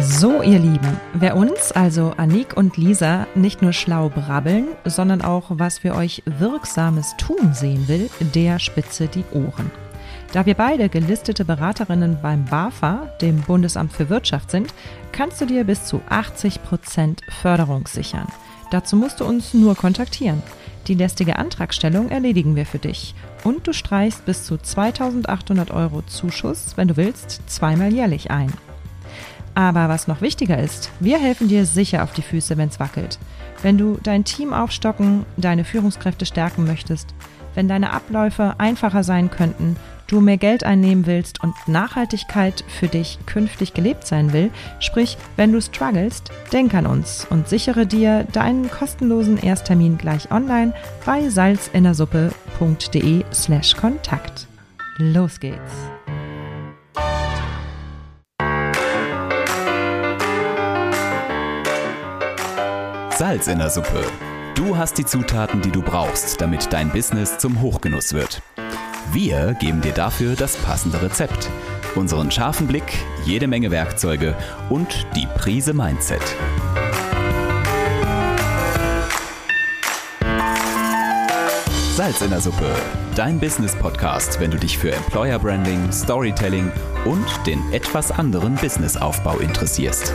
So, ihr Lieben, wer uns, also Anik und Lisa, nicht nur schlau brabbeln, sondern auch was für euch Wirksames tun sehen will, der spitze die Ohren. Da wir beide gelistete Beraterinnen beim BAFA, dem Bundesamt für Wirtschaft, sind, kannst du dir bis zu 80% Förderung sichern. Dazu musst du uns nur kontaktieren. Die lästige Antragstellung erledigen wir für dich. Und du streichst bis zu 2.800 € Zuschuss, wenn du willst, zweimal jährlich ein. Aber was noch wichtiger ist, wir helfen dir sicher auf die Füße, wenn es wackelt. Wenn du dein Team aufstocken, deine Führungskräfte stärken möchtest, wenn deine Abläufe einfacher sein könnten, du mehr Geld einnehmen willst und Nachhaltigkeit für dich künftig gelebt sein will, sprich, wenn du strugglest, denk an uns und sichere dir deinen kostenlosen Ersttermin gleich online bei salzinnersuppe.de/Kontakt. Los geht's! Salz in der Suppe. Du hast die Zutaten, die du brauchst, damit dein Business zum Hochgenuss wird. Wir geben dir dafür das passende Rezept, unseren scharfen Blick, jede Menge Werkzeuge und die Prise Mindset. Salz in der Suppe, dein Business-Podcast, wenn du dich für Employer Branding, Storytelling und den etwas anderen Businessaufbau interessierst.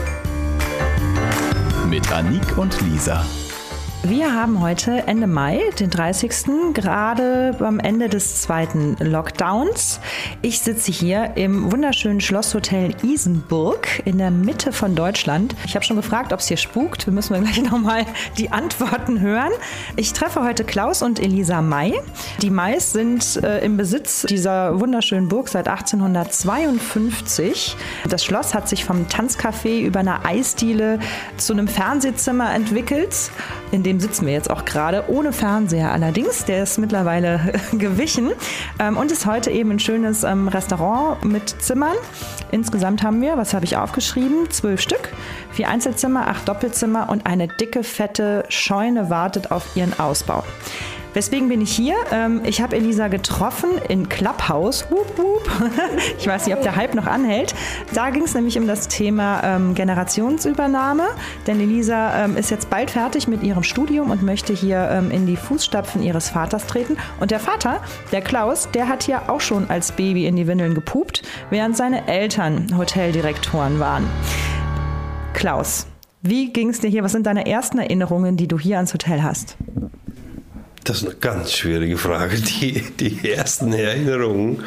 Mit Anik und Lisa. Wir haben heute Ende Mai, den 30., gerade am Ende des zweiten Lockdowns. Ich sitze hier im wunderschönen Schlosshotel Isenburg in der Mitte von Deutschland. Ich habe schon gefragt, ob es hier spukt. Wir müssen gleich nochmal die Antworten hören. Ich treffe heute Klaus und Elisa May. Die Mays sind im Besitz dieser wunderschönen Burg seit 1852. Das Schloss hat sich vom Tanzcafé über eine Eisdiele zu einem Fernsehzimmer entwickelt. In dem sitzen wir jetzt auch gerade, ohne Fernseher allerdings. Der ist mittlerweile gewichen und ist heute eben ein schönes Restaurant mit Zimmern. Insgesamt haben wir, was habe ich aufgeschrieben, 12 Stück, 4 Einzelzimmer, 8 Doppelzimmer und eine dicke, fette Scheune wartet auf ihren Ausbau. Weswegen bin ich hier? Ich habe Elisa getroffen in Clubhouse. Wup, wup. Ich weiß nicht, ob der Hype noch anhält. Da ging es nämlich um das Thema Generationsübernahme. Denn Elisa ist jetzt bald fertig mit ihrem Studium und möchte hier in die Fußstapfen ihres Vaters treten. Und der Vater, der Klaus, der hat hier auch schon als Baby in die Windeln gepupt, während seine Eltern Hoteldirektoren waren. Klaus, wie ging es dir hier? Was sind deine ersten Erinnerungen, die du hier ans Hotel hast? Das ist eine ganz schwierige Frage. Die ersten Erinnerungen,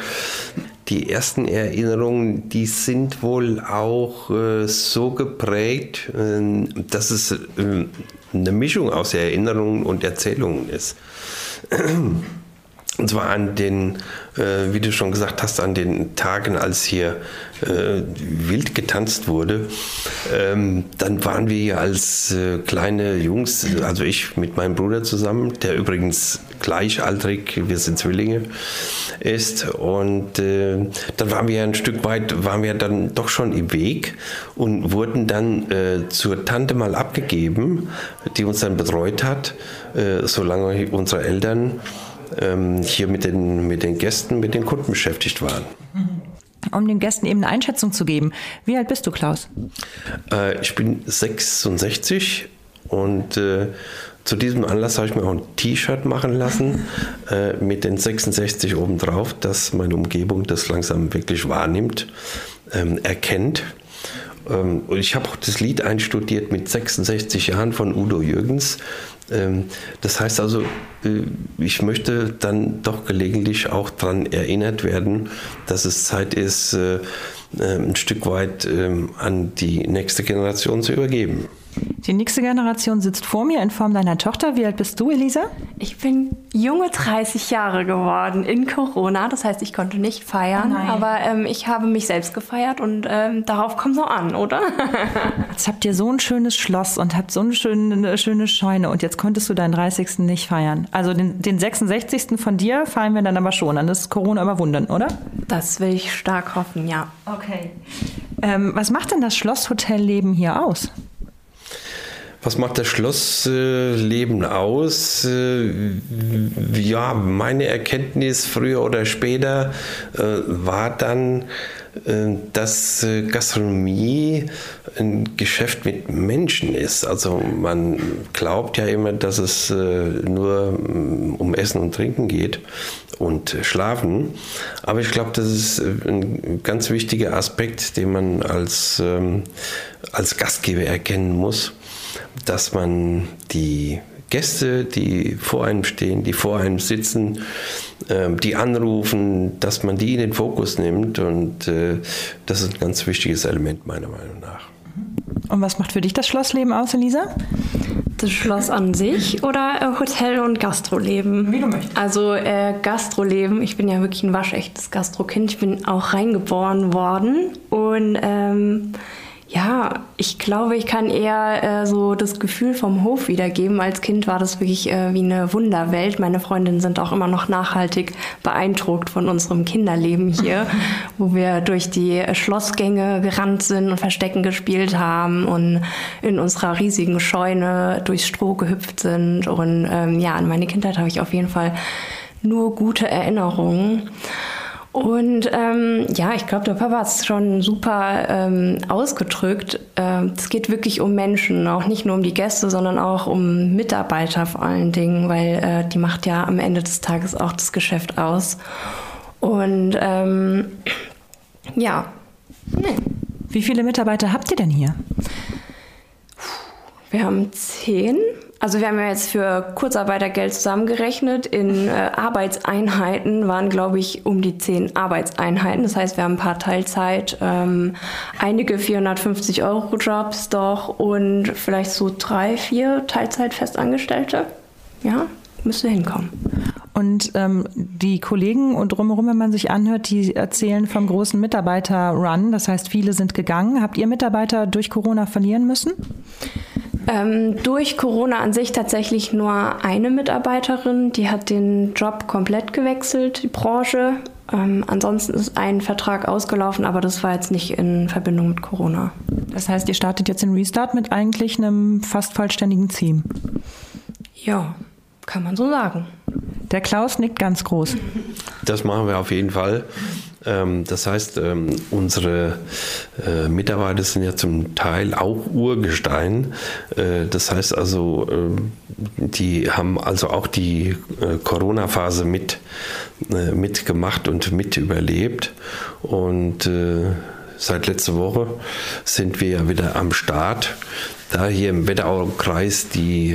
die sind wohl auch so geprägt, dass es eine Mischung aus Erinnerungen und Erzählungen ist. Und zwar an den, wie du schon gesagt hast, an den Tagen, als hier wild getanzt wurde. Dann waren wir hier als kleine Jungs, also ich mit meinem Bruder zusammen, der übrigens gleichaltrig, wir sind Zwillinge, ist. Und dann waren wir ein Stück weit, dann doch schon im Weg und wurden dann zur Tante mal abgegeben, die uns dann betreut hat, solange unsere Eltern hier mit den Gästen, mit den Kunden beschäftigt waren. Um den Gästen eben eine Einschätzung zu geben. Wie alt bist du, Klaus? Ich bin 66 und zu diesem Anlass habe ich mir auch ein T-Shirt machen lassen mit den 66 obendrauf, dass meine Umgebung das langsam wirklich wahrnimmt, erkennt. Und ich habe auch das Lied einstudiert mit 66 Jahren von Udo Jürgens. Das heißt also, ich möchte dann doch gelegentlich auch daran erinnert werden, dass es Zeit ist, ein Stück weit an die nächste Generation zu übergeben. Die nächste Generation sitzt vor mir in Form deiner Tochter. Wie alt bist du, Elisa? Ich bin junge 30 Jahre geworden in Corona. Das heißt, ich konnte nicht feiern, aber ich habe mich selbst gefeiert und darauf kommt es auch an, oder? Jetzt habt ihr so ein schönes Schloss und habt so eine schöne Scheune und jetzt konntest du deinen 30. nicht feiern. Also den 66. von dir feiern wir dann aber schon. Dann ist Corona überwunden, oder? Das will ich stark hoffen, ja. Okay. Was macht denn das Schlosshotel-Leben hier aus? Was macht das Schlossleben aus? Ja, meine Erkenntnis früher oder später war dann, dass Gastronomie ein Geschäft mit Menschen ist. Also man glaubt ja immer, dass es nur um Essen und Trinken geht und Schlafen. Aber ich glaube, das ist ein ganz wichtiger Aspekt, den man als Gastgeber erkennen muss, dass man die Gäste, die vor einem stehen, die vor einem sitzen, die anrufen, dass man die in den Fokus nimmt. Und das ist ein ganz wichtiges Element meiner Meinung nach. Und was macht für dich das Schlossleben aus, Elisa? Das Schloss an sich oder Hotel- und Gastroleben? Wie du möchtest. Also Gastroleben, ich bin ja wirklich ein waschechtes Gastrokind. Ich bin auch reingeboren worden und ja, ich glaube, ich kann eher so das Gefühl vom Hof wiedergeben. Als Kind war das wirklich wie eine Wunderwelt. Meine Freundinnen sind auch immer noch nachhaltig beeindruckt von unserem Kinderleben hier, wo wir durch die Schlossgänge gerannt sind und Verstecken gespielt haben und in unserer riesigen Scheune durchs Stroh gehüpft sind. Und ja, an meine Kindheit habe ich auf jeden Fall nur gute Erinnerungen. Und ja, ich glaube, der Papa hat es schon super ausgedrückt. Es geht wirklich um Menschen, auch nicht nur um die Gäste, sondern auch um Mitarbeiter vor allen Dingen, weil die macht ja am Ende des Tages auch das Geschäft aus. Und ja. Wie viele Mitarbeiter habt ihr denn hier? Wir haben 10. Also wir haben ja jetzt für Kurzarbeitergeld zusammengerechnet. In Arbeitseinheiten waren, glaube ich, um die 10 Arbeitseinheiten. Das heißt, wir haben ein paar Teilzeit, einige 450-Euro-Jobs doch und vielleicht so 3, 4 Teilzeit-Festangestellte. Ja, müsste hinkommen. Und die Kollegen und drumherum, wenn man sich anhört, die erzählen vom großen Mitarbeiter-Run. Das heißt, viele sind gegangen. Habt ihr Mitarbeiter durch Corona verlieren müssen? Durch Corona an sich tatsächlich nur eine Mitarbeiterin, die hat den Job komplett gewechselt, die Branche. Ansonsten ist ein Vertrag ausgelaufen, aber das war jetzt nicht in Verbindung mit Corona. Das heißt, ihr startet jetzt den Restart mit eigentlich einem fast vollständigen Team? Ja, kann man so sagen. Der Klaus nickt ganz groß. Das machen wir auf jeden Fall. Das heißt, unsere Mitarbeiter sind ja zum Teil auch Urgestein. Das heißt also, die haben also auch die Corona-Phase mitgemacht und mit überlebt. Und seit letzter Woche sind wir ja wieder am Start. Da hier im Wetterauer Kreis die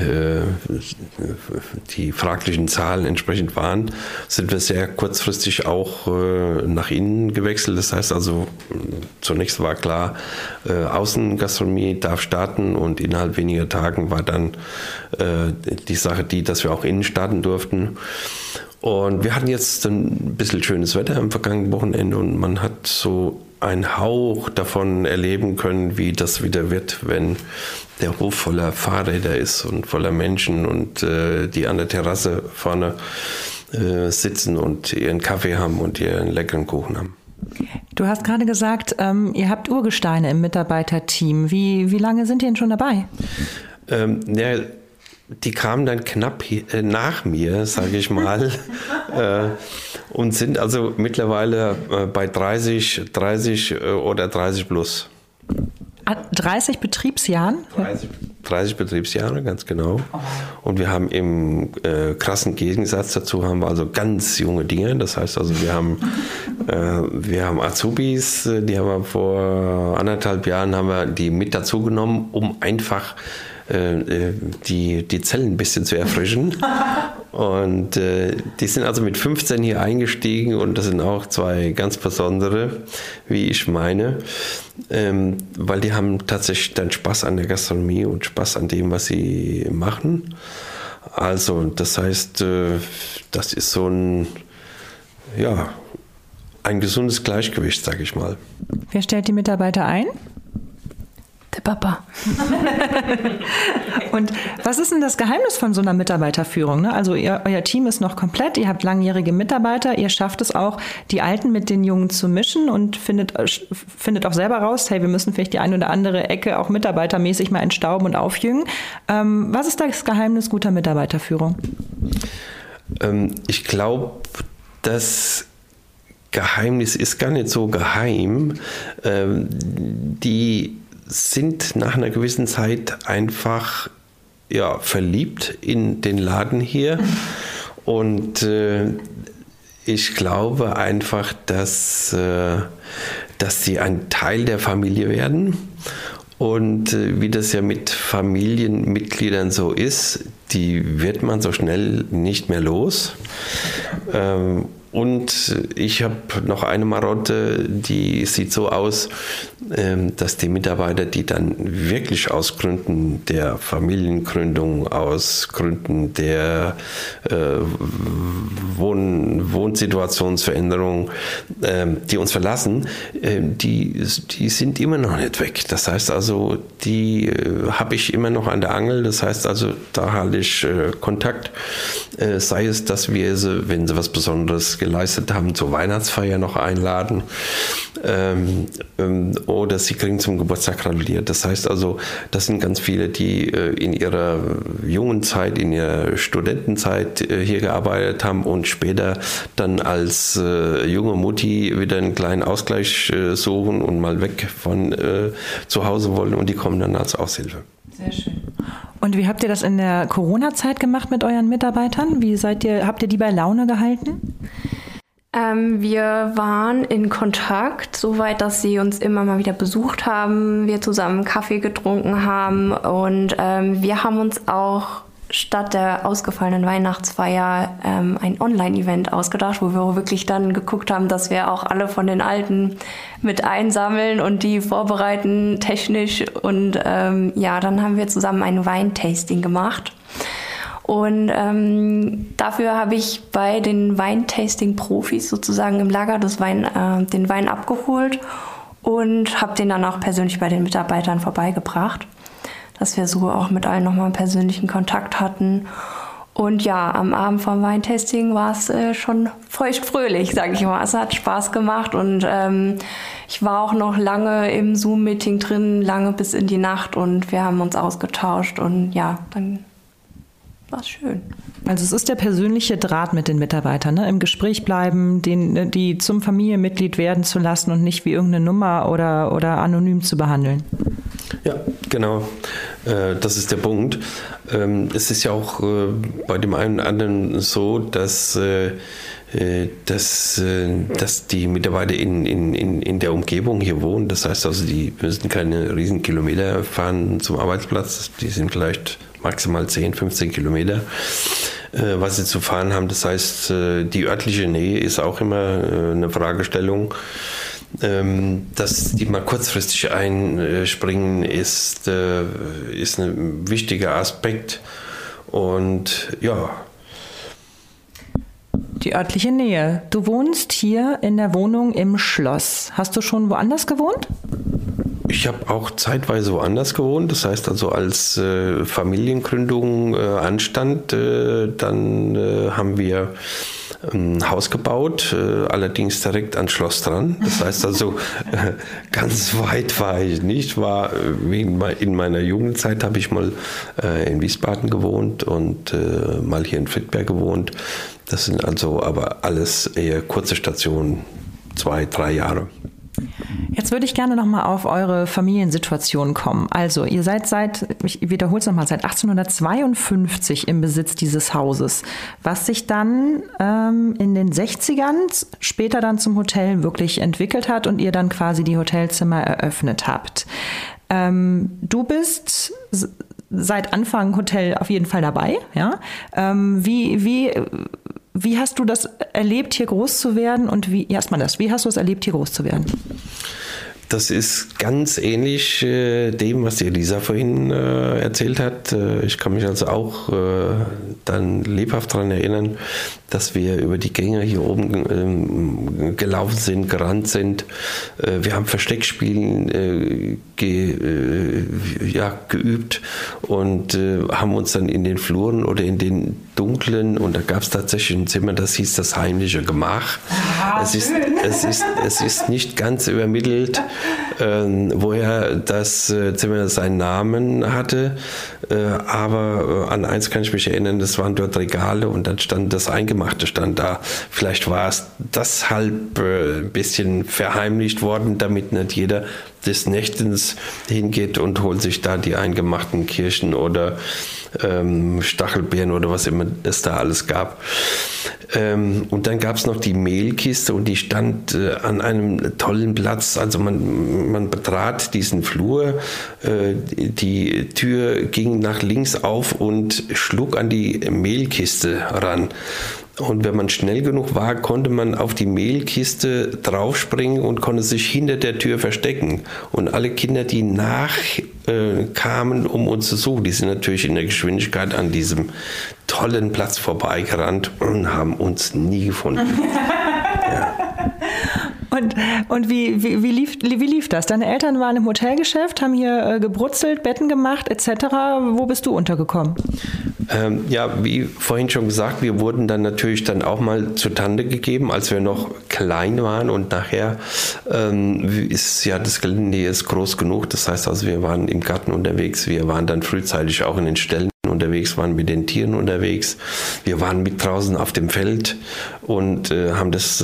fraglichen Zahlen entsprechend waren, sind wir sehr kurzfristig auch nach innen gewechselt. Das heißt also, zunächst war klar, Außengastronomie darf starten und innerhalb weniger Tagen war dann die Sache die, dass wir auch innen starten durften. Und wir hatten jetzt ein bisschen schönes Wetter am vergangenen Wochenende und man hat so einen Hauch davon erleben können, wie das wieder wird, wenn der Hof voller Fahrräder ist und voller Menschen und die an der Terrasse vorne sitzen und ihren Kaffee haben und ihren leckeren Kuchen haben. Du hast gerade gesagt, ihr habt Urgesteine im Mitarbeiterteam. Wie lange sind die denn schon dabei? Ja, die kamen dann knapp nach mir, sage ich mal, und sind also mittlerweile bei 30 oder 30 plus. 30 Betriebsjahren? 30 Betriebsjahre, ganz genau. Und wir haben im krassen Gegensatz dazu haben wir also ganz junge Dinge. Das heißt also, wir haben Azubis, die haben wir vor 1,5 Jahren haben wir die mit dazu genommen, um einfach die Zellen ein bisschen zu erfrischen. Und die sind also mit 15 hier eingestiegen und das sind auch 2 ganz besondere, wie ich meine, weil die haben tatsächlich dann Spaß an der Gastronomie und Spaß an dem, was sie machen. Also das heißt, das ist so ein gesundes Gleichgewicht, sage ich mal. Wer stellt die Mitarbeiter ein? Der Papa. Und was ist denn das Geheimnis von so einer Mitarbeiterführung? Ne? Also euer Team ist noch komplett, ihr habt langjährige Mitarbeiter, ihr schafft es auch, die Alten mit den Jungen zu mischen und findet auch selber raus, hey, wir müssen vielleicht die eine oder andere Ecke auch mitarbeitermäßig mal entstauben und aufjüngen. Was ist das Geheimnis guter Mitarbeiterführung? Ich glaube, das Geheimnis ist gar nicht so geheim. Die sind nach einer gewissen Zeit einfach verliebt in den Laden hier. Und ich glaube einfach, dass sie ein Teil der Familie werden. Und wie das ja mit Familienmitgliedern so ist, die wird man so schnell nicht mehr los. Und ich habe noch eine Marotte, die sieht so aus, dass die Mitarbeiter, die dann wirklich aus Gründen der Familiengründung, aus Gründen der Wohnsituationsveränderung, die uns verlassen, die sind immer noch nicht weg. Das heißt also, die habe ich immer noch an der Angel. Das heißt also, da halte ich Kontakt. Sei es, dass wir sie, wenn sie was Besonderes geleistet haben, zur Weihnachtsfeier noch einladen, oder sie kriegen zum Geburtstag gratuliert. Das heißt also, das sind ganz viele, die in ihrer jungen Zeit, in ihrer Studentenzeit hier gearbeitet haben und später dann als junge Mutti wieder einen kleinen Ausgleich suchen und mal weg von zu Hause wollen, und die kommen dann als Aushilfe. Sehr schön. Und wie habt ihr das in der Corona-Zeit gemacht mit euren Mitarbeitern? Habt ihr die bei Laune gehalten? Wir waren in Kontakt, soweit, dass sie uns immer mal wieder besucht haben, wir zusammen Kaffee getrunken haben, und wir haben uns auch statt der ausgefallenen Weihnachtsfeier ein Online-Event ausgedacht, wo wir wirklich dann geguckt haben, dass wir auch alle von den Alten mit einsammeln und die vorbereiten technisch, und dann haben wir zusammen ein Weintasting gemacht. Und dafür habe ich bei den Weintasting-Profis sozusagen im Lager den Wein abgeholt und habe den dann auch persönlich bei den Mitarbeitern vorbeigebracht, dass wir so auch mit allen nochmal einen persönlichen Kontakt hatten. Und ja, am Abend vom Weintasting war es schon feuchtfröhlich, sage ich mal. Es hat Spaß gemacht, und ich war auch noch lange im Zoom-Meeting drin, lange bis in die Nacht, und wir haben uns ausgetauscht, und ja, dann war es schön. Also es ist der persönliche Draht mit den Mitarbeitern, ne? Im Gespräch bleiben, die zum Familienmitglied werden zu lassen und nicht wie irgendeine Nummer oder anonym zu behandeln. Ja, genau. Das ist der Punkt. Es ist ja auch bei dem einen oder anderen so, dass die Mitarbeiter in der Umgebung hier wohnen. Das heißt also, die müssen keine riesen Kilometer fahren zum Arbeitsplatz. Die sind vielleicht maximal 10, 15 Kilometer, was sie zu fahren haben. Das heißt, die örtliche Nähe ist auch immer eine Fragestellung. Dass die mal kurzfristig einspringen, ist ein wichtiger Aspekt. Und ja. Die örtliche Nähe. Du wohnst hier in der Wohnung im Schloss. Hast du schon woanders gewohnt? Ich habe auch zeitweise woanders gewohnt. Das heißt also, als Familiengründung anstand, dann haben wir ein Haus gebaut, allerdings direkt ans Schloss dran. Das heißt also, ganz weit war ich nicht. In meiner Jugendzeit habe ich mal in Wiesbaden gewohnt und mal hier in Friedberg gewohnt. Das sind also aber alles eher kurze Stationen, 2, 3 Jahre. Jetzt würde ich gerne nochmal auf eure Familiensituation kommen. Also ihr seid ich wiederhole es nochmal, seit 1852 im Besitz dieses Hauses, was sich dann in den 60ern später dann zum Hotel wirklich entwickelt hat und ihr dann quasi die Hotelzimmer eröffnet habt. Du bist seit Anfang Hotel auf jeden Fall dabei, ja? Wie hast du das erlebt, hier groß zu werden, und wie hast du es erlebt, hier groß zu werden? Das ist ganz ähnlich dem, was die Elisa vorhin erzählt hat. Ich kann mich also auch dann lebhaft daran erinnern, dass wir über die Gänge hier oben gelaufen sind, gerannt sind. Wir haben Versteckspielen geübt und haben uns dann in den Fluren oder in den dunklen, und da gab es tatsächlich ein Zimmer, das hieß das heimliche Gemach. Es ist nicht ganz übermittelt, woher das Zimmer seinen Namen hatte, aber an eins kann ich mich erinnern, das waren dort Regale und dann stand das Eingemachte stand da. Vielleicht war es deshalb ein bisschen verheimlicht worden, damit nicht jeder des Nächtens hingeht und holt sich da die eingemachten Kirschen oder Stachelbeeren oder was immer es da alles gab. Und dann gab es noch die Mehlkiste und die stand an einem tollen Platz. Also man betrat diesen Flur, die Tür ging nach links auf und schlug an die Mehlkiste ran. Und wenn man schnell genug war, konnte man auf die Mehlkiste draufspringen und konnte sich hinter der Tür verstecken. Und alle Kinder, die nachkamen, um uns zu suchen, die sind natürlich in der Geschwindigkeit an diesem tollen Platz vorbeigerannt und haben uns nie gefunden. Ja. Und wie lief das? Deine Eltern waren im Hotelgeschäft, haben hier gebrutzelt, Betten gemacht etc. Wo bist du untergekommen? Ja, wie vorhin schon gesagt, wir wurden dann natürlich dann auch mal zur Tante gegeben, als wir noch klein waren, und nachher ist ja das Gelände jetzt groß genug. Das heißt also, wir waren im Garten unterwegs, wir waren dann frühzeitig auch in den Ställen unterwegs, waren mit den Tieren unterwegs. Wir waren mit draußen auf dem Feld und haben das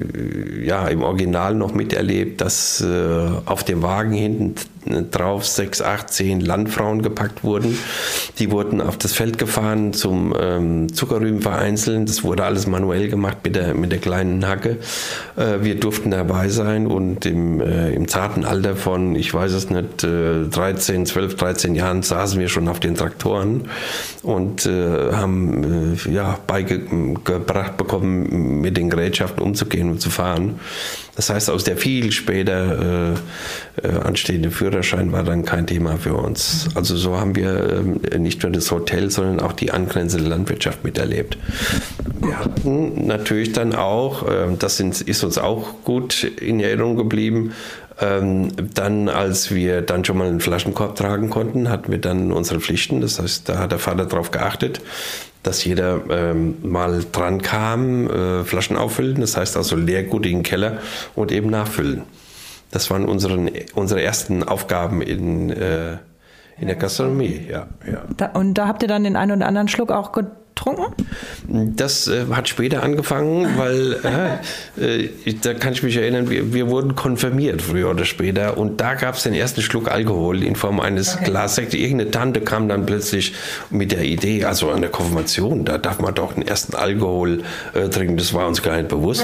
im Original noch miterlebt, dass auf dem Wagen hinten drauf 6, 8, 10 Landfrauen gepackt wurden. Die wurden auf das Feld gefahren zum Zuckerrüben vereinzeln. Das wurde alles manuell gemacht mit der kleinen Hacke. Wir durften dabei sein und im zarten Alter von, ich weiß es nicht, 12, 13 Jahren saßen wir schon auf den Traktoren und haben beigebracht bekommen, mit den Gerätschaften umzugehen und zu fahren. Das heißt, aus der viel später anstehende Führerschein war dann kein Thema für uns. Also so haben wir nicht nur das Hotel, sondern auch die angrenzende Landwirtschaft miterlebt. Wir hatten natürlich dann auch, das ist uns auch gut in Erinnerung geblieben, dann, als wir dann schon mal einen Flaschenkorb tragen konnten, hatten wir dann unsere Pflichten. Das heißt, da hat der Vater darauf geachtet, dass jeder mal dran kam, Flaschen auffüllen. Das heißt also Leergut in den Keller und eben nachfüllen. Das waren unsere ersten Aufgaben in der Gastronomie. Ja. Und da habt ihr dann den einen oder anderen Schluck auch getrunken? Das hat später angefangen, weil da kann ich mich erinnern, wir wurden konfirmiert früher oder später, und da gab es den ersten Schluck Alkohol in Form eines Glassekt. Irgendeine Tante kam dann plötzlich mit der Idee, also an der Konfirmation, da darf man doch den ersten Alkohol trinken, das war uns gar nicht bewusst.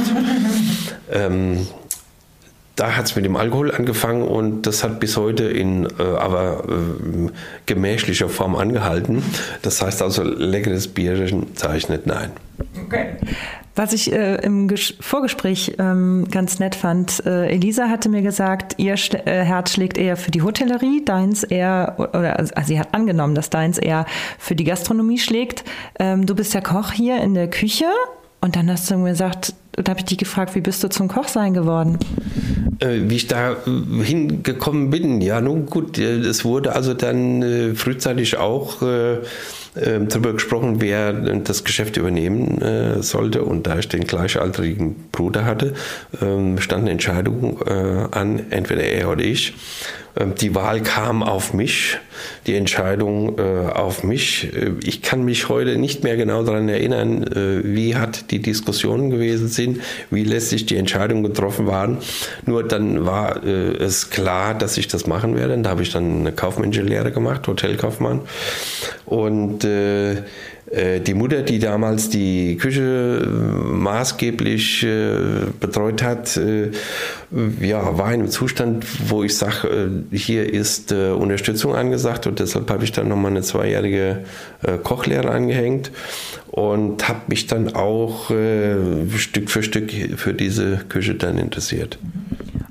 Da hat es mit dem Alkohol angefangen und das hat bis heute in gemächlicher Form angehalten. Das heißt also, leckeres Bierchen sage ich nicht nein. Okay. Was ich im Vorgespräch ganz nett fand, Elisa hatte mir gesagt, ihr Herz schlägt eher für die Hotellerie, deins eher, also sie hat angenommen, dass deins eher für die Gastronomie schlägt. Du bist ja Koch hier in der Küche, und dann hast du mir gesagt, da habe ich dich gefragt, wie bist du zum Kochsein geworden? Wie ich da hingekommen bin, ja nun gut, es wurde also dann frühzeitig auch darüber gesprochen, wer das Geschäft übernehmen sollte, und da ich den gleichaltrigen Bruder hatte, stand eine Entscheidung an, entweder er oder ich. Die Wahl kam auf mich, die Entscheidung auf mich. Ich kann mich heute nicht mehr genau daran erinnern, wie hat die Diskussionen gewesen sind, wie letztlich die Entscheidungen getroffen waren. Nur dann war es klar, dass ich das machen werde. Da habe ich dann eine kaufmännische Lehre gemacht, Hotelkaufmann. Und die Mutter, die damals die Küche maßgeblich betreut hat, war in einem Zustand, wo ich sage, hier ist Unterstützung angesagt, und deshalb habe ich dann nochmal eine 2-jährige Kochlehre angehängt und habe mich dann auch Stück für Stück für diese Küche dann interessiert.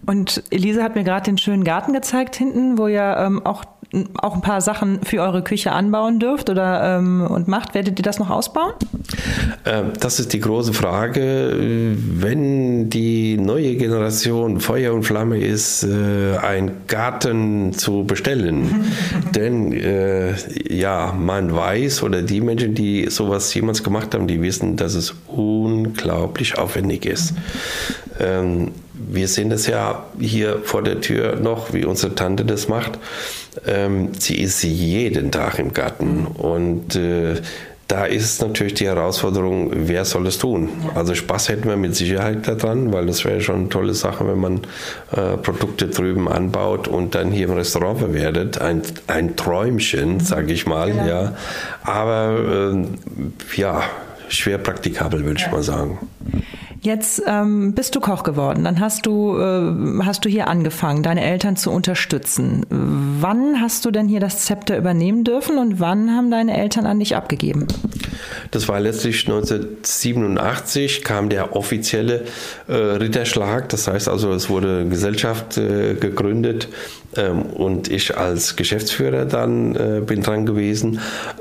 Und Elise hat mir gerade den schönen Garten gezeigt hinten, wo ihr auch ein paar Sachen für eure Küche anbauen dürft und macht. Werdet ihr das noch ausbauen? Das ist die große Frage. Wenn die neue Generation Feuer und Flamme ist, einen Garten zu bestellen, denn man weiß, oder die Menschen, die sowas jemals gemacht haben, die wissen, dass es unglaublich aufwendig ist. Wir sehen das ja hier vor der Tür noch, wie unsere Tante das macht. Sie ist jeden Tag im Garten und da ist natürlich die Herausforderung, wer soll es tun? Also Spaß hätten wir mit Sicherheit daran, weil das wäre schon eine tolle Sache, wenn man Produkte drüben anbaut und dann hier im Restaurant verwertet. Ein Träumchen, sage ich mal. Genau. Ja. Aber schwer praktikabel, würde ich mal sagen. Jetzt bist du Koch geworden, dann hast du hier angefangen, deine Eltern zu unterstützen. Wann hast du denn hier das Zepter übernehmen dürfen und wann haben deine Eltern an dich abgegeben? Das war letztlich 1987, kam der offizielle Ritterschlag. Das heißt also, es wurde eine Gesellschaft gegründet und ich als Geschäftsführer dann bin dran gewesen.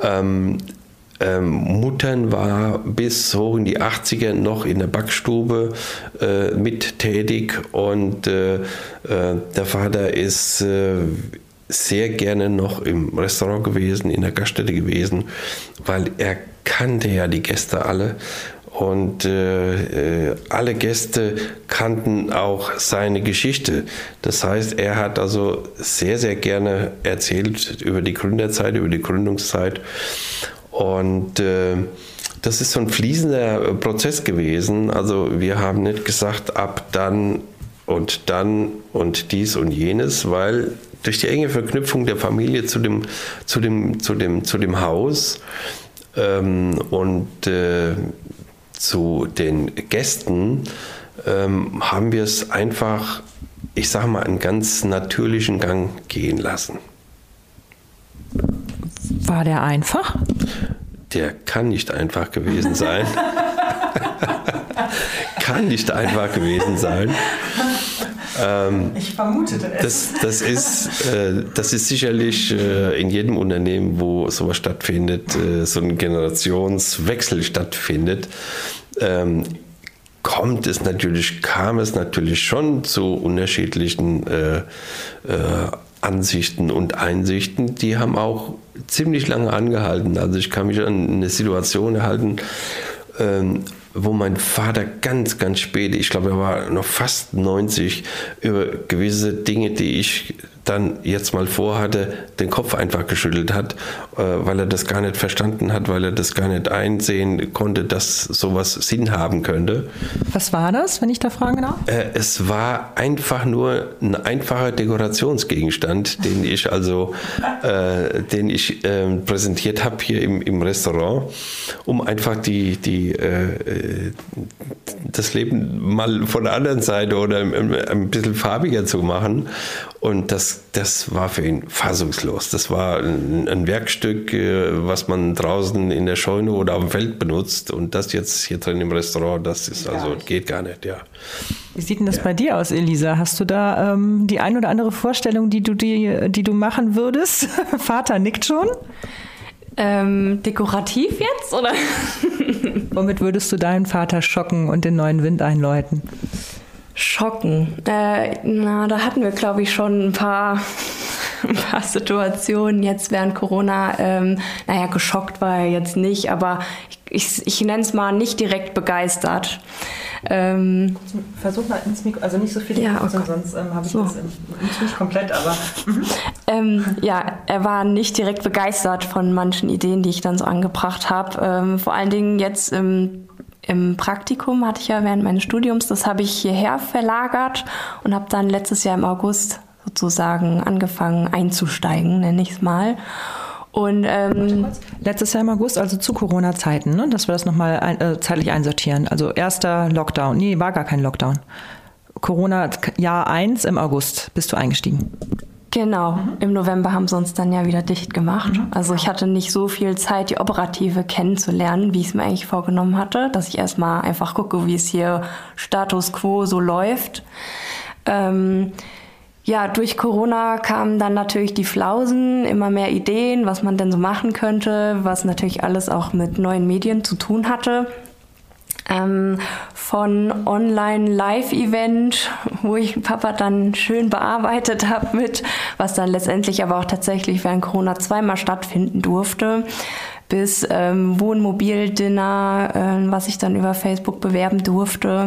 Muttern war bis hoch in die 80er noch in der Backstube mit tätig und der Vater ist sehr gerne noch im Restaurant gewesen, in der Gaststätte gewesen, weil er kannte ja die Gäste alle. Und alle Gäste kannten auch seine Geschichte. Das heißt, er hat also sehr, sehr gerne erzählt über die Gründerzeit, über die Gründungszeit. Und das ist so ein fließender Prozess gewesen. Also wir haben nicht gesagt, ab dann und dies und jenes, weil durch die enge Verknüpfung der Familie zu dem Haus und zu den Gästen haben wir es einfach, ich sage mal, einen ganz natürlichen Gang gehen lassen. War der einfach? Der kann nicht einfach gewesen sein. Kann nicht einfach gewesen sein. Ich vermutete es. Das ist sicherlich in jedem Unternehmen, wo sowas stattfindet, so ein Generationswechsel stattfindet, kam es natürlich schon zu unterschiedlichen Ansichten und Einsichten, die haben auch ziemlich lange angehalten. Also ich kann mich an eine Situation erhalten, wo mein Vater ganz, ganz spät, ich glaube, er war noch fast 90, über gewisse Dinge, die ich dann jetzt mal vorhatte, den Kopf einfach geschüttelt hat, weil er das gar nicht verstanden hat, weil er das gar nicht einsehen konnte, dass sowas Sinn haben könnte. Was war das, wenn ich da fragen darf? Es war einfach nur ein einfacher Dekorationsgegenstand, den ich präsentiert habe hier im Restaurant, um einfach das Leben mal von der anderen Seite oder ein bisschen farbiger zu machen. Und das war für ihn fassungslos. Das war ein Werkstück, was man draußen in der Scheune oder auf dem Feld benutzt. Und das jetzt hier drin im Restaurant, geht gar nicht, ja. Wie sieht denn das bei dir aus, Elisa? Hast du da die ein oder andere Vorstellung, die du machen würdest? Vater nickt schon. Dekorativ jetzt, oder? Womit würdest du deinen Vater schocken und den neuen Wind einläuten? Schocken. Da hatten wir, glaube ich, schon ein paar Situationen jetzt während Corona. Geschockt war er jetzt nicht, aber ich nenne es mal nicht direkt begeistert. Versuch mal ins Mikro, also nicht so viel, ja, okay. Sonst habe ich das nicht komplett, aber... er war nicht direkt begeistert von manchen Ideen, die ich dann so angebracht habe. Vor allen Dingen jetzt im Praktikum hatte ich ja während meines Studiums, das habe ich hierher verlagert und habe dann letztes Jahr im August sozusagen angefangen einzusteigen, nenne ich es mal. Und letztes Jahr im August, also zu Corona-Zeiten, ne? Dass wir das nochmal zeitlich einsortieren. Also erster Lockdown. Nee, war gar kein Lockdown. Corona Jahr 1 im August bist du eingestiegen. Genau, im November haben sie uns dann ja wieder dicht gemacht. Also ich hatte nicht so viel Zeit, die Operative kennenzulernen, wie ich es mir eigentlich vorgenommen hatte, dass ich erstmal einfach gucke, wie es hier Status Quo so läuft. Ja, durch Corona kamen dann natürlich die Flausen, immer mehr Ideen, was man denn so machen könnte, was natürlich alles auch mit neuen Medien zu tun hatte. Von Online-Live-Event, wo ich Papa dann schön bearbeitet habe mit, was dann letztendlich aber auch tatsächlich während Corona zweimal stattfinden durfte, bis Wohnmobil-Dinner, was ich dann über Facebook bewerben durfte.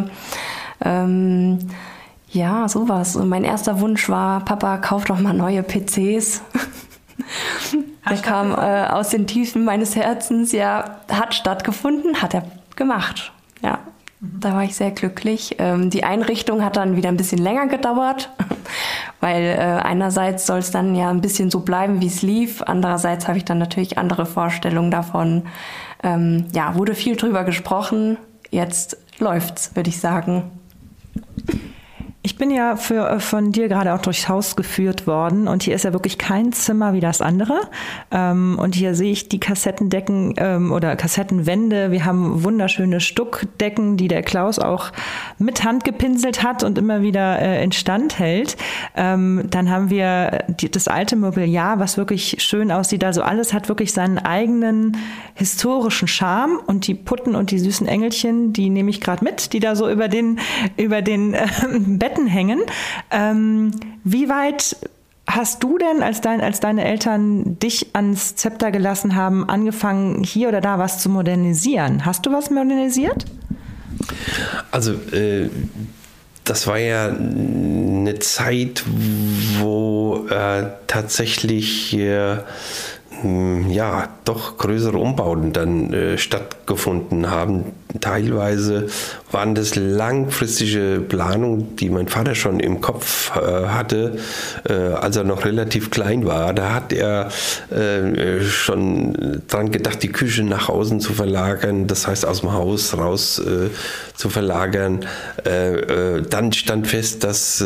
Ja, sowas. Und mein erster Wunsch war, Papa, kauf doch mal neue PCs. Der kam aus den Tiefen meines Herzens. Ja, hat stattgefunden, hat er gemacht. Ja, da war ich sehr glücklich. Die Einrichtung hat dann wieder ein bisschen länger gedauert, weil einerseits soll es dann ja ein bisschen so bleiben, wie es lief. Andererseits habe ich dann natürlich andere Vorstellungen davon. Ja, wurde viel drüber gesprochen. Jetzt läuft's, würde ich sagen. Ich bin ja von dir gerade auch durchs Haus geführt worden und hier ist ja wirklich kein Zimmer wie das andere. Und hier sehe ich die Kassettendecken oder Kassettenwände. Wir haben wunderschöne Stuckdecken, die der Klaus auch mit Hand gepinselt hat und immer wieder instand hält. Dann haben wir das alte Mobiliar, was wirklich schön aussieht. Also alles hat wirklich seinen eigenen historischen Charme und die Putten und die süßen Engelchen, die nehme ich gerade mit, die da so über den Betten hängen. Wie weit hast du denn, als deine Eltern dich ans Zepter gelassen haben, angefangen, hier oder da was zu modernisieren? Hast du was modernisiert? Also das war ja eine Zeit, wo tatsächlich doch größere Umbauten dann stattgefunden haben. Teilweise waren das langfristige Planungen, die mein Vater schon im Kopf hatte, als er noch relativ klein war. Da hat er schon dran gedacht, die Küche nach außen zu verlagern, das heißt aus dem Haus raus zu verlagern. Dann stand fest, dass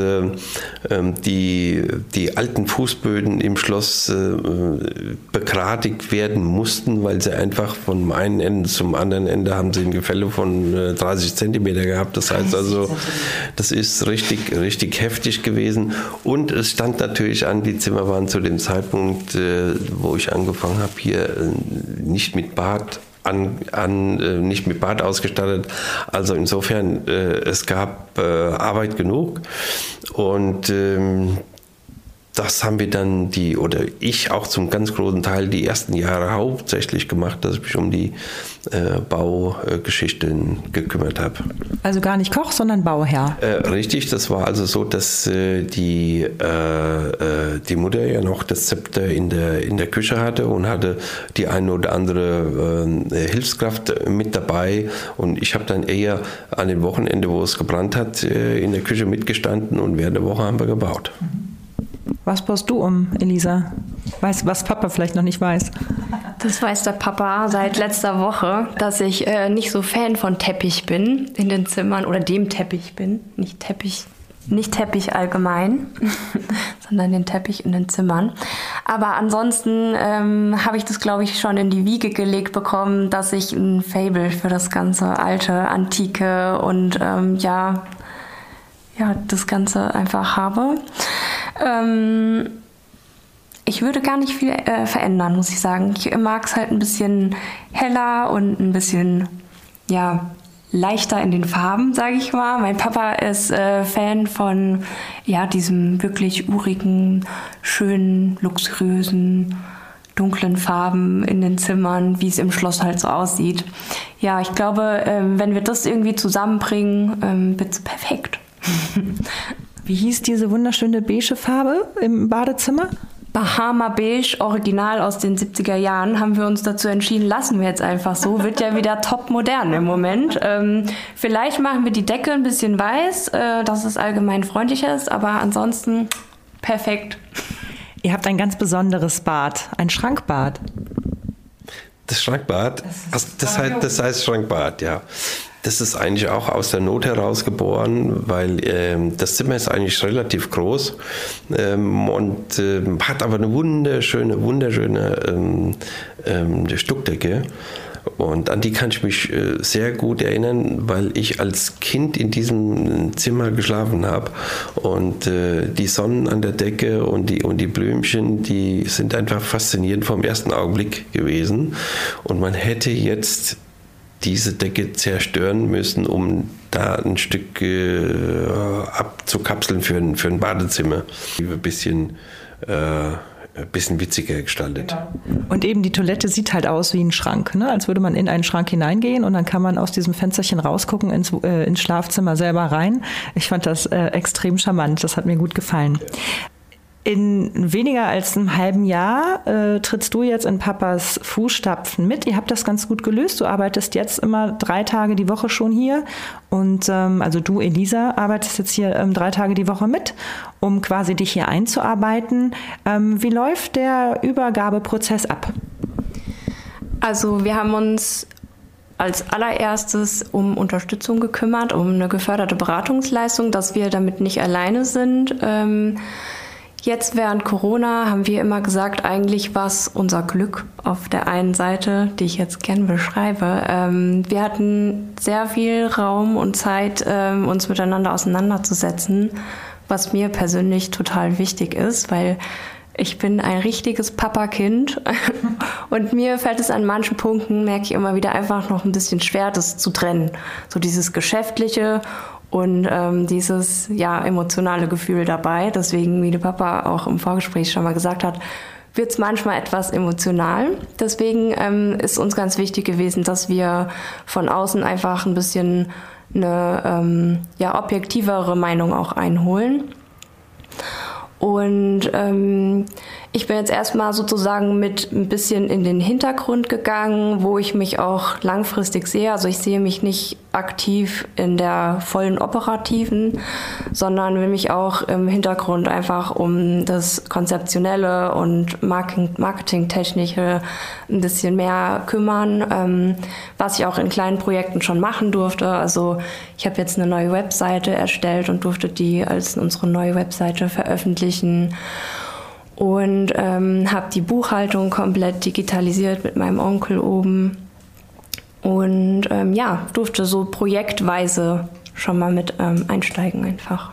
die alten Fußböden im Schloss begradigt werden mussten, weil sie einfach von einem Ende zum anderen Ende haben sie ein Gefälle von 30 Zentimeter gehabt. Das heißt also, das ist richtig heftig gewesen. Und es stand natürlich an, die Zimmer waren zu dem Zeitpunkt, wo ich angefangen habe, hier nicht mit Bad nicht mit Bad ausgestattet. Also insofern, es gab Arbeit genug. Und das haben wir dann ich auch zum ganz großen Teil die ersten Jahre hauptsächlich gemacht, dass ich mich um die Baugeschichten gekümmert habe. Also gar nicht Koch, sondern Bauherr. Richtig, das war also so, dass die Mutter ja noch das Zepter in der Küche hatte und hatte die eine oder andere Hilfskraft mit dabei und ich habe dann eher an dem Wochenende, wo es gebrannt hat, in der Küche mitgestanden und während der Woche haben wir gebaut. Was baust du um, Elisa? Weißt du, was Papa vielleicht noch nicht weiß? Das weiß der Papa seit letzter Woche, dass ich nicht so Fan von Teppich bin in den Zimmern oder dem Teppich bin. Nicht Teppich allgemein, sondern den Teppich in den Zimmern. Aber ansonsten habe ich das, glaube ich, schon in die Wiege gelegt bekommen, dass ich ein Faible für das ganze alte, antike und das Ganze einfach habe. Ich würde gar nicht viel verändern, muss ich sagen. Ich mag es halt ein bisschen heller und ein bisschen leichter in den Farben, sage ich mal. Mein Papa ist Fan von diesem wirklich urigen, schönen, luxuriösen, dunklen Farben in den Zimmern, wie es im Schloss halt so aussieht. Ja, ich glaube, wenn wir das irgendwie zusammenbringen, wird es perfekt. Wie hieß diese wunderschöne beige Farbe im Badezimmer? Bahama Beige, original aus den 70er Jahren, haben wir uns dazu entschieden, lassen wir jetzt einfach so. Wird ja wieder top modern im Moment. Vielleicht machen wir die Decke ein bisschen weiß, dass es allgemein freundlicher ist, aber ansonsten perfekt. Ihr habt ein ganz besonderes Bad, ein Schrankbad. Das Schrankbad? Das heißt Schrankbad, ja. Das ist eigentlich auch aus der Not heraus geboren, weil das Zimmer ist eigentlich relativ groß und hat aber eine wunderschöne Stuckdecke. Und an die kann ich mich sehr gut erinnern, weil ich als Kind in diesem Zimmer geschlafen habe. Und die Sonnen an der Decke und die Blümchen, die sind einfach faszinierend vom ersten Augenblick gewesen. Und man hätte jetzt diese Decke zerstören müssen, um da ein Stück abzukapseln für ein Badezimmer. Ein bisschen witziger gestaltet. Und eben die Toilette sieht halt aus wie ein Schrank, ne? Als würde man in einen Schrank hineingehen und dann kann man aus diesem Fensterchen rausgucken ins Schlafzimmer selber rein. Ich fand das extrem charmant, das hat mir gut gefallen. In weniger als einem halben Jahr trittst du jetzt in Papas Fußstapfen mit. Ihr habt das ganz gut gelöst. Du arbeitest jetzt immer 3 Tage die Woche schon hier. Und also du, Elisa, arbeitest jetzt hier 3 Tage die Woche mit, um quasi dich hier einzuarbeiten. Wie läuft der Übergabeprozess ab? Also wir haben uns als allererstes um Unterstützung gekümmert, um eine geförderte Beratungsleistung, dass wir damit nicht alleine sind. Jetzt während Corona haben wir immer gesagt, eigentlich war es unser Glück auf der einen Seite, die ich jetzt gern beschreibe. Wir hatten sehr viel Raum und Zeit, uns miteinander auseinanderzusetzen, was mir persönlich total wichtig ist, weil ich bin ein richtiges Papakind und mir fällt es an manchen Punkten, merke ich immer wieder, einfach noch ein bisschen schwer, das zu trennen. So dieses Geschäftliche und dieses emotionale Gefühl dabei. Deswegen, wie der Papa auch im Vorgespräch schon mal gesagt hat, wird es manchmal etwas emotional. Deswegen ist uns ganz wichtig gewesen, dass wir von außen einfach ein bisschen eine objektivere Meinung auch einholen. Und ich bin jetzt erstmal sozusagen mit ein bisschen in den Hintergrund gegangen, wo ich mich auch langfristig sehe. Also ich sehe mich nicht aktiv in der vollen operativen, sondern will mich auch im Hintergrund einfach um das Konzeptionelle und Marketingtechnische ein bisschen mehr kümmern, was ich auch in kleinen Projekten schon machen durfte. Also ich habe jetzt eine neue Webseite erstellt und durfte die als unsere neue Webseite veröffentlichen. Und habe die Buchhaltung komplett digitalisiert mit meinem Onkel oben. Und durfte so projektweise schon mal mit einsteigen einfach.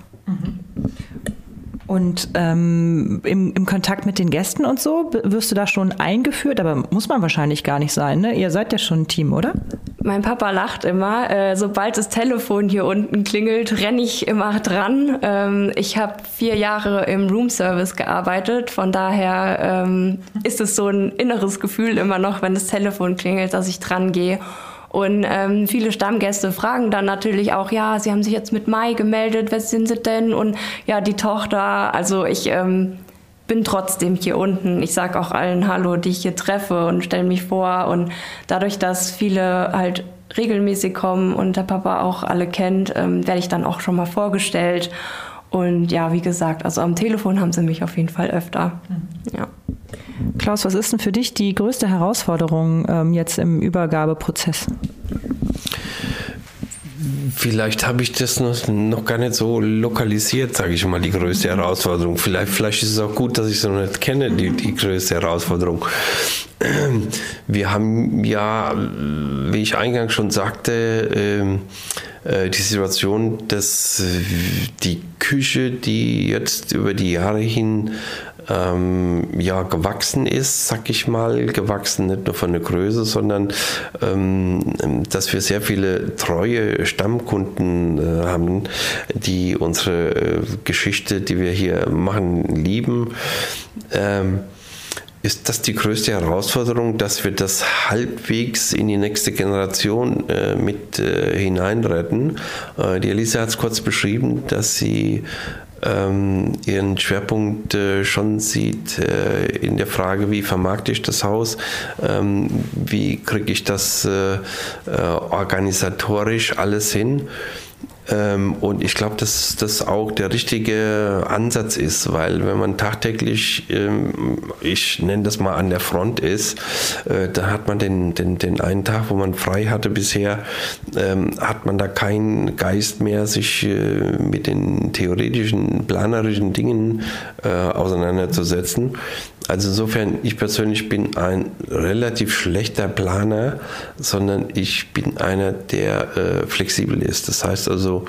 Und im Kontakt mit den Gästen und so, wirst du da schon eingeführt? Aber muss man wahrscheinlich gar nicht sein, ne? Ihr seid ja schon ein Team, oder? Mein Papa lacht immer. Sobald das Telefon hier unten klingelt, renne ich immer dran. Ich habe 4 Jahre im Roomservice gearbeitet. Von daher ist es so ein inneres Gefühl immer noch, wenn das Telefon klingelt, dass ich dran gehe. Und viele Stammgäste fragen dann natürlich auch, ja, sie haben sich jetzt mit Mai gemeldet, wer sind sie denn? Und ja, die Tochter. Also ich bin trotzdem hier unten. Ich sage auch allen Hallo, die ich hier treffe und stelle mich vor. Und dadurch, dass viele halt regelmäßig kommen und der Papa auch alle kennt, werde ich dann auch schon mal vorgestellt. Und ja, wie gesagt, also am Telefon haben sie mich auf jeden Fall öfter. Ja. Klaus, was ist denn für dich die größte Herausforderung jetzt im Übergabeprozess? Vielleicht habe ich das noch gar nicht so lokalisiert, sage ich mal, die größte Herausforderung. Vielleicht ist es auch gut, dass ich es noch nicht kenne, die größte Herausforderung. Wir haben ja, wie ich eingangs schon sagte, die Situation, dass die Küche, die jetzt über die Jahre hin gewachsen ist, sag ich mal, gewachsen nicht nur von der Größe, sondern dass wir sehr viele treue Stammkunden haben, die unsere Geschichte, die wir hier machen, lieben. Ist das die größte Herausforderung, dass wir das halbwegs in die nächste Generation mit hineinretten? Die Elisa hat es kurz beschrieben, dass sie ihren Schwerpunkt schon sieht in der Frage, wie vermarkte ich das Haus, wie kriege ich das organisatorisch alles hin. Und ich glaube, dass das auch der richtige Ansatz ist, weil wenn man tagtäglich, ich nenne das mal an der Front ist, da hat man den einen Tag, wo man frei hatte bisher, hat man da keinen Geist mehr, sich mit den theoretischen, planerischen Dingen auseinanderzusetzen. Also insofern, ich persönlich bin ein relativ schlechter Planer, sondern ich bin einer, der flexibel ist. Das heißt also,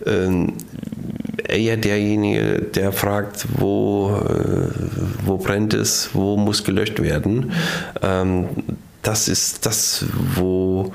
eher derjenige, der fragt, wo brennt es, wo muss gelöscht werden. Das ist das, wo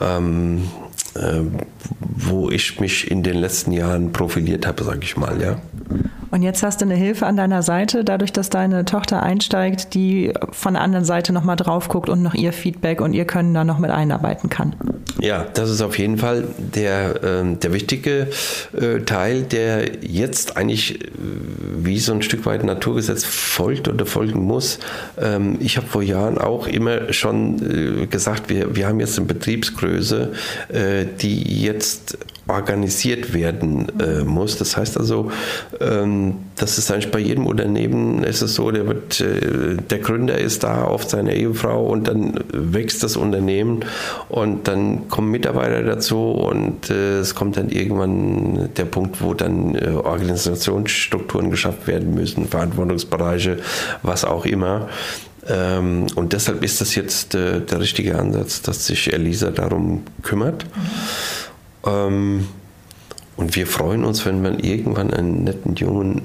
ich mich in den letzten Jahren profiliert habe, sage ich mal, ja. Und jetzt hast du eine Hilfe an deiner Seite, dadurch, dass deine Tochter einsteigt, die von der anderen Seite nochmal drauf guckt und noch ihr Feedback und ihr Können da noch mit einarbeiten kann. Ja, das ist auf jeden Fall der wichtige Teil, der jetzt eigentlich wie so ein Stück weit Naturgesetz folgt oder folgen muss. Ich habe vor Jahren auch immer schon gesagt, wir haben jetzt eine Betriebsgröße, die jetzt organisiert werden muss. Das heißt also, das ist eigentlich bei jedem Unternehmen ist es so, der Gründer ist da auf seine Ehefrau und dann wächst das Unternehmen und dann kommen Mitarbeiter dazu und es kommt dann irgendwann der Punkt, wo dann Organisationsstrukturen geschafft werden müssen, Verantwortungsbereiche, was auch immer. Und deshalb ist das jetzt der richtige Ansatz, dass sich Elisa darum kümmert. Und wir freuen uns, wenn wir irgendwann einen netten Jungen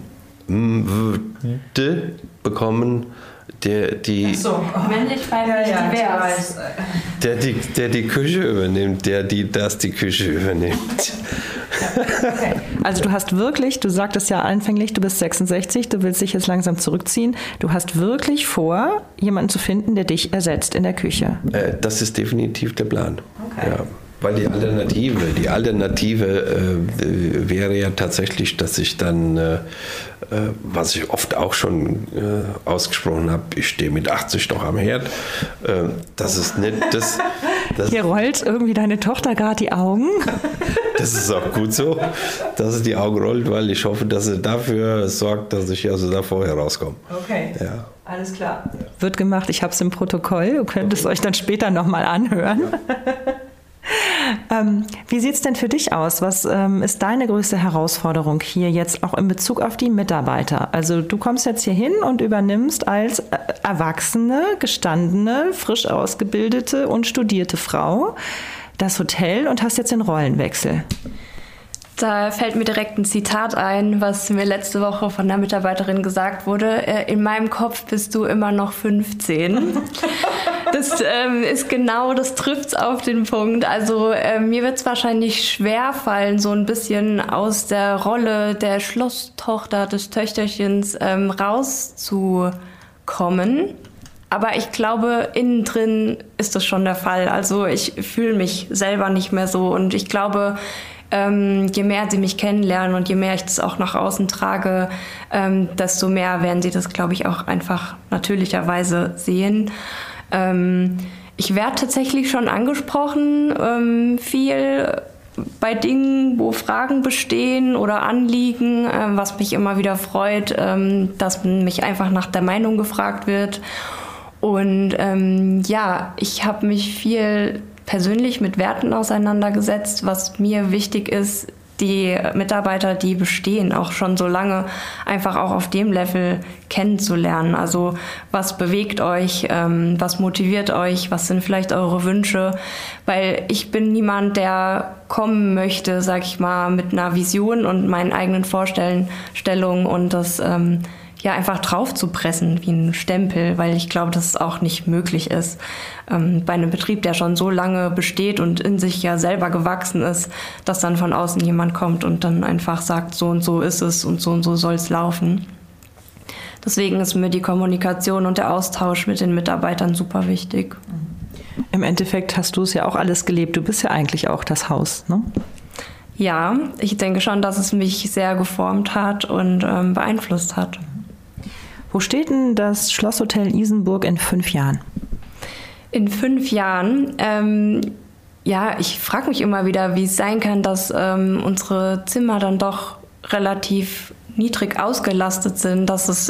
bekommen, der die der die Küche übernimmt, die Küche übernimmt. Okay. Also du sagtest ja anfänglich, du bist 66, du willst dich jetzt langsam zurückziehen. Du hast wirklich vor, jemanden zu finden, der dich ersetzt in der Küche. Das ist definitiv der Plan. Okay. Ja. Weil die Alternative wäre ja tatsächlich, dass ich dann, was ich oft auch schon ausgesprochen habe, ich stehe mit 80 noch am Herd. Das ist nicht das. Hier rollt irgendwie deine Tochter gerade die Augen. Das ist auch gut so, dass sie die Augen rollt, weil ich hoffe, dass sie dafür sorgt, dass ich also da vorher rauskomme. Okay. Ja. Alles klar. Wird gemacht, ich habe es im Protokoll. Ihr könnt es euch dann später nochmal anhören. Wie sieht es denn für dich aus? Was ist deine größte Herausforderung hier jetzt auch in Bezug auf die Mitarbeiter? Also du kommst jetzt hier hin und übernimmst als erwachsene, gestandene, frisch ausgebildete und studierte Frau das Hotel und hast jetzt den Rollenwechsel. Da fällt mir direkt ein Zitat ein, was mir letzte Woche von der Mitarbeiterin gesagt wurde. In meinem Kopf bist du immer noch 15. Das ist genau, das trifft es auf den Punkt. Also mir wird es wahrscheinlich schwer fallen, so ein bisschen aus der Rolle der Schlosstochter, des Töchterchens rauszukommen. Aber ich glaube, innen drin ist das schon der Fall. Also ich fühle mich selber nicht mehr so und ich glaube, je mehr sie mich kennenlernen und je mehr ich das auch nach außen trage, desto mehr werden sie das, glaube ich, auch einfach natürlicherweise sehen. Ich werde tatsächlich schon angesprochen, viel bei Dingen, wo Fragen bestehen oder Anliegen, was mich immer wieder freut, dass mich einfach nach der Meinung gefragt wird. Und ich habe mich viel persönlich mit Werten auseinandergesetzt, was mir wichtig ist, die Mitarbeiter, die bestehen, auch schon so lange, einfach auch auf dem Level kennenzulernen. Also was bewegt euch, was motiviert euch, was sind vielleicht eure Wünsche? Weil ich bin niemand, der kommen möchte, sag ich mal, mit einer Vision und meinen eigenen Vorstellungen und das einfach drauf zu pressen wie ein Stempel, weil ich glaube, dass es auch nicht möglich ist. Bei einem Betrieb, der schon so lange besteht und in sich ja selber gewachsen ist, dass dann von außen jemand kommt und dann einfach sagt, so und so ist es und so soll es laufen. Deswegen ist mir die Kommunikation und der Austausch mit den Mitarbeitern super wichtig. Im Endeffekt hast du es ja auch alles gelebt. Du bist ja eigentlich auch das Haus, ne? Ja, ich denke schon, dass es mich sehr geformt hat und beeinflusst hat. Wo steht denn das Schlosshotel Isenburg in 5 Jahren? In 5 Jahren, ich frage mich immer wieder, wie es sein kann, dass unsere Zimmer dann doch relativ niedrig ausgelastet sind, dass es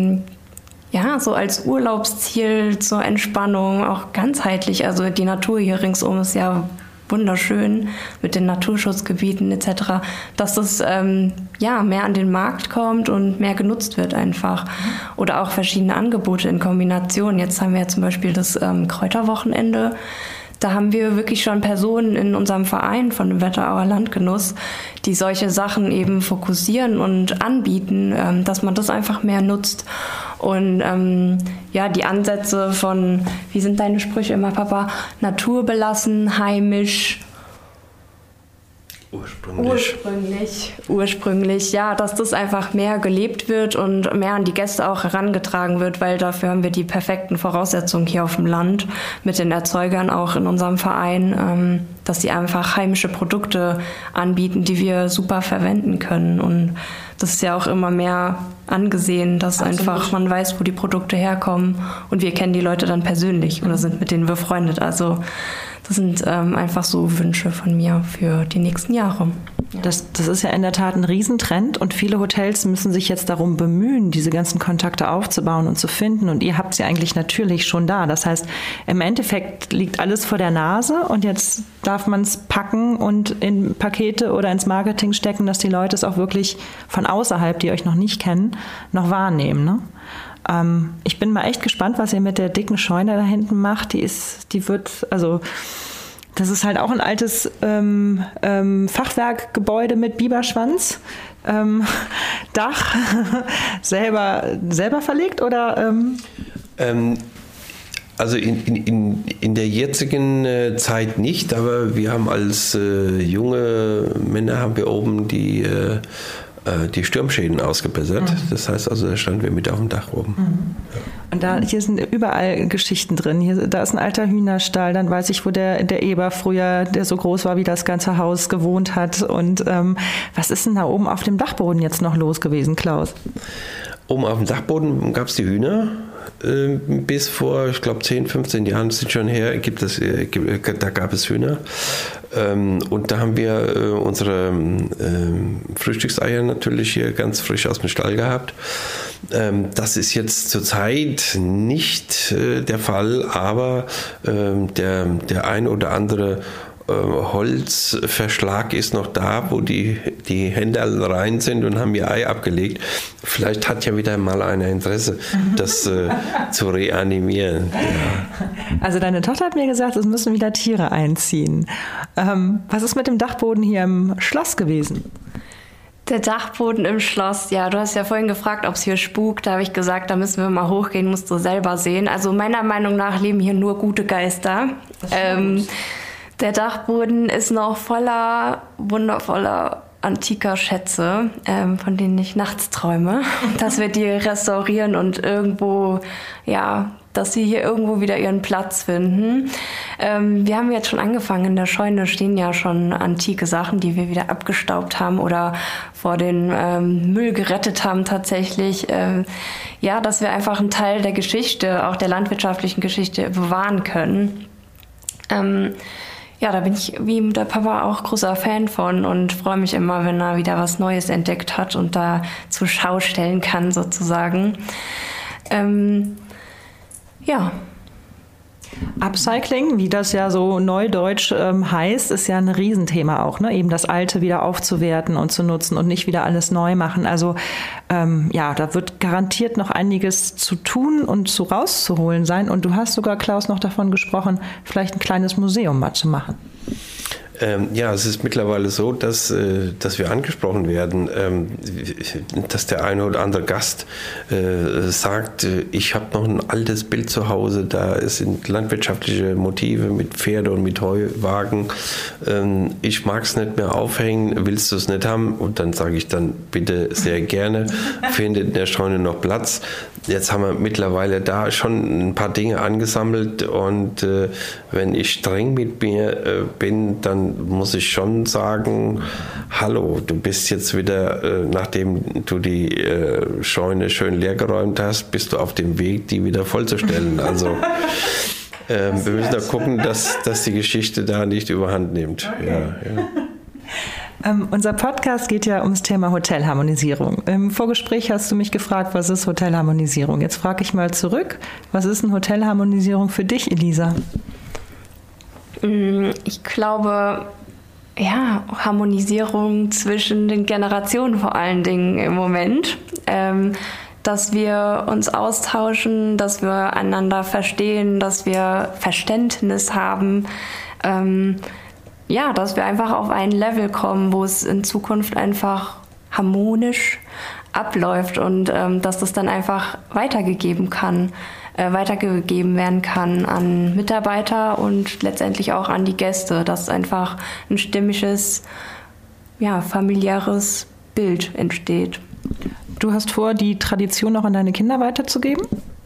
so als Urlaubsziel zur Entspannung auch ganzheitlich, also die Natur hier ringsum ist ja wunderschön mit den Naturschutzgebieten etc., dass das mehr an den Markt kommt und mehr genutzt wird einfach. Oder auch verschiedene Angebote in Kombination. Jetzt haben wir ja zum Beispiel das Kräuterwochenende. Da haben wir wirklich schon Personen in unserem Verein von dem Wetterauer Landgenuss, die solche Sachen eben fokussieren und anbieten, dass man das einfach mehr nutzt. Und die Ansätze von, wie sind deine Sprüche immer, Papa? Naturbelassen, heimisch. Ursprünglich, ja, dass das einfach mehr gelebt wird und mehr an die Gäste auch herangetragen wird, weil dafür haben wir die perfekten Voraussetzungen hier auf dem Land mit den Erzeugern auch in unserem Verein, dass sie einfach heimische Produkte anbieten, die wir super verwenden können. Und das ist ja auch immer mehr angesehen, dass einfach man weiß, wo die Produkte herkommen und wir kennen die Leute dann persönlich oder sind mit denen befreundet. Also das sind einfach so Wünsche von mir für die nächsten Jahre. Das ist ja in der Tat ein Riesentrend und viele Hotels müssen sich jetzt darum bemühen, diese ganzen Kontakte aufzubauen und zu finden und ihr habt sie eigentlich natürlich schon da. Das heißt, im Endeffekt liegt alles vor der Nase und jetzt darf man es packen und in Pakete oder ins Marketing stecken, dass die Leute es auch wirklich von außerhalb, die euch noch nicht kennen, noch wahrnehmen, ne? Ich bin mal echt gespannt, was ihr mit der dicken Scheune da hinten macht. Das ist halt auch ein altes Fachwerkgebäude mit Biberschwanz. Dach selber verlegt oder? Also in der jetzigen Zeit nicht, aber wir haben als junge Männer haben wir oben die Sturmschäden ausgebessert. Das heißt also, da standen wir mit auf dem Dach oben. Und hier sind überall Geschichten drin. Da ist ein alter Hühnerstall, dann weiß ich, wo der Eber früher, der so groß war wie das ganze Haus, gewohnt hat. Und was ist denn da oben auf dem Dachboden jetzt noch los gewesen, Klaus? Oben auf dem Dachboden gab es die Hühner. Bis vor, ich glaube, 10, 15 Jahren sind schon her, da gab es Hühner. Und da haben wir unsere Frühstückseier natürlich hier ganz frisch aus dem Stall gehabt. Das ist jetzt zurzeit nicht der Fall, aber der ein oder andere Holzverschlag ist noch da, wo die Händler rein sind und haben ihr Ei abgelegt. Vielleicht hat ja wieder mal einer Interesse, das zu reanimieren. Ja. Also deine Tochter hat mir gesagt, es müssen wieder Tiere einziehen. Was ist mit dem Dachboden hier im Schloss gewesen? Der Dachboden im Schloss, ja, du hast ja vorhin gefragt, ob es hier spukt. Da habe ich gesagt, da müssen wir mal hochgehen, musst du selber sehen. Also meiner Meinung nach leben hier nur gute Geister. Der Dachboden ist noch voller wundervoller antiker Schätze, von denen ich nachts träume, dass wir die restaurieren und irgendwo, ja, dass sie hier irgendwo wieder ihren Platz finden. Wir haben jetzt schon angefangen, in der Scheune stehen ja schon antike Sachen, die wir wieder abgestaubt haben oder vor den Müll gerettet haben tatsächlich. Dass wir einfach einen Teil der Geschichte, auch der landwirtschaftlichen Geschichte, bewahren können. Da bin ich wie der Papa auch großer Fan von und freue mich immer, wenn er wieder was Neues entdeckt hat und da zur Schau stellen kann sozusagen. Upcycling, wie das ja so neudeutsch heißt, ist ja ein Riesenthema auch, ne? Eben das Alte wieder aufzuwerten und zu nutzen und nicht wieder alles neu machen. Also da wird garantiert noch einiges zu tun und rauszuholen sein. Und du hast sogar, Klaus, noch davon gesprochen, vielleicht ein kleines Museum mal zu machen. Es ist mittlerweile so, dass wir angesprochen werden, dass der eine oder andere Gast sagt, ich habe noch ein altes Bild zu Hause, da sind landwirtschaftliche Motive mit Pferde und mit Heuwagen. Ich mag es nicht mehr aufhängen, willst du es nicht haben? Und dann sage ich dann bitte sehr gerne, findet in der Scheune noch Platz. Jetzt haben wir mittlerweile da schon ein paar Dinge angesammelt und wenn ich streng mit mir bin, dann muss ich schon sagen, hallo, du bist jetzt wieder, nachdem du die Scheune schön leergeräumt hast, bist du auf dem Weg, die wieder vollzustellen. Also wir müssen da gucken, dass die Geschichte da nicht überhand nimmt. Okay. Ja. Unser Podcast geht ja ums Thema Hotelharmonisierung. Im Vorgespräch hast du mich gefragt, was ist Hotelharmonisierung? Jetzt frage ich mal zurück, was ist eine Hotelharmonisierung für dich, Elisa? Ich glaube, ja, Harmonisierung zwischen den Generationen vor allen Dingen im Moment. Dass wir uns austauschen, dass wir einander verstehen, dass wir Verständnis haben. Ja, dass wir einfach auf ein Level kommen, wo es in Zukunft einfach harmonisch abläuft und dass das dann einfach weitergegeben werden kann an Mitarbeiter und letztendlich auch an die Gäste, dass einfach ein stimmiges, ja, familiäres Bild entsteht. Du hast vor, die Tradition auch an deine Kinder weiterzugeben?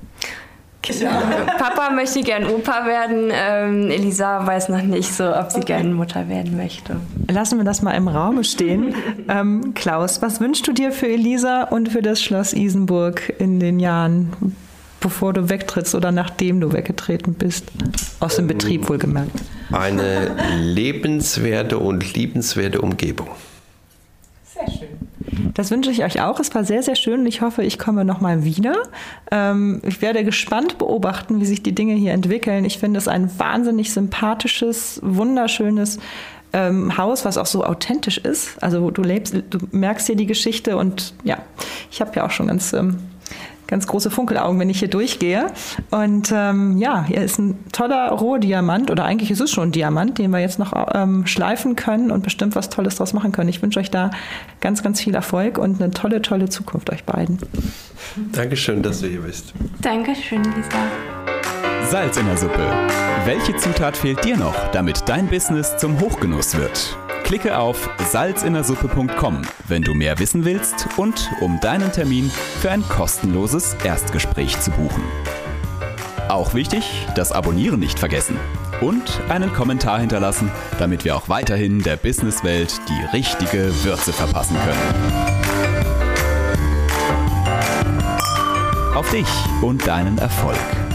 Papa möchte gern Opa werden. Elisa weiß noch nicht so, ob sie gern Mutter werden möchte. Lassen wir das mal im Raum stehen. Klaus, was wünschst du dir für Elisa und für das Schloss Isenburg in den Jahren, bevor du wegtrittst oder nachdem du weggetreten bist? Aus dem Betrieb wohlgemerkt. Eine lebenswerte und liebenswerte Umgebung. Sehr schön. Das wünsche ich euch auch. Es war sehr, sehr schön und ich hoffe, ich komme nochmal wieder. Ich werde gespannt beobachten, wie sich die Dinge hier entwickeln. Ich finde es ein wahnsinnig sympathisches, wunderschönes Haus, was auch so authentisch ist. Also du merkst hier die Geschichte und ja, ich habe ja auch schon ganz große Funkelaugen, wenn ich hier durchgehe. Und ja, hier ist ein toller Rohdiamant, oder eigentlich ist es schon ein Diamant, den wir jetzt noch schleifen können und bestimmt was Tolles draus machen können. Ich wünsche euch da ganz, ganz viel Erfolg und eine tolle, tolle Zukunft euch beiden. Dankeschön, dass du hier bist. Dankeschön, Lisa. Salz in der Suppe. Welche Zutat fehlt dir noch, damit dein Business zum Hochgenuss wird? Klicke auf salzinnersuppe.com, wenn du mehr wissen willst und um deinen Termin für ein kostenloses Erstgespräch zu buchen. Auch wichtig, das Abonnieren nicht vergessen und einen Kommentar hinterlassen, damit wir auch weiterhin der Businesswelt die richtige Würze verpassen können. Auf dich und deinen Erfolg.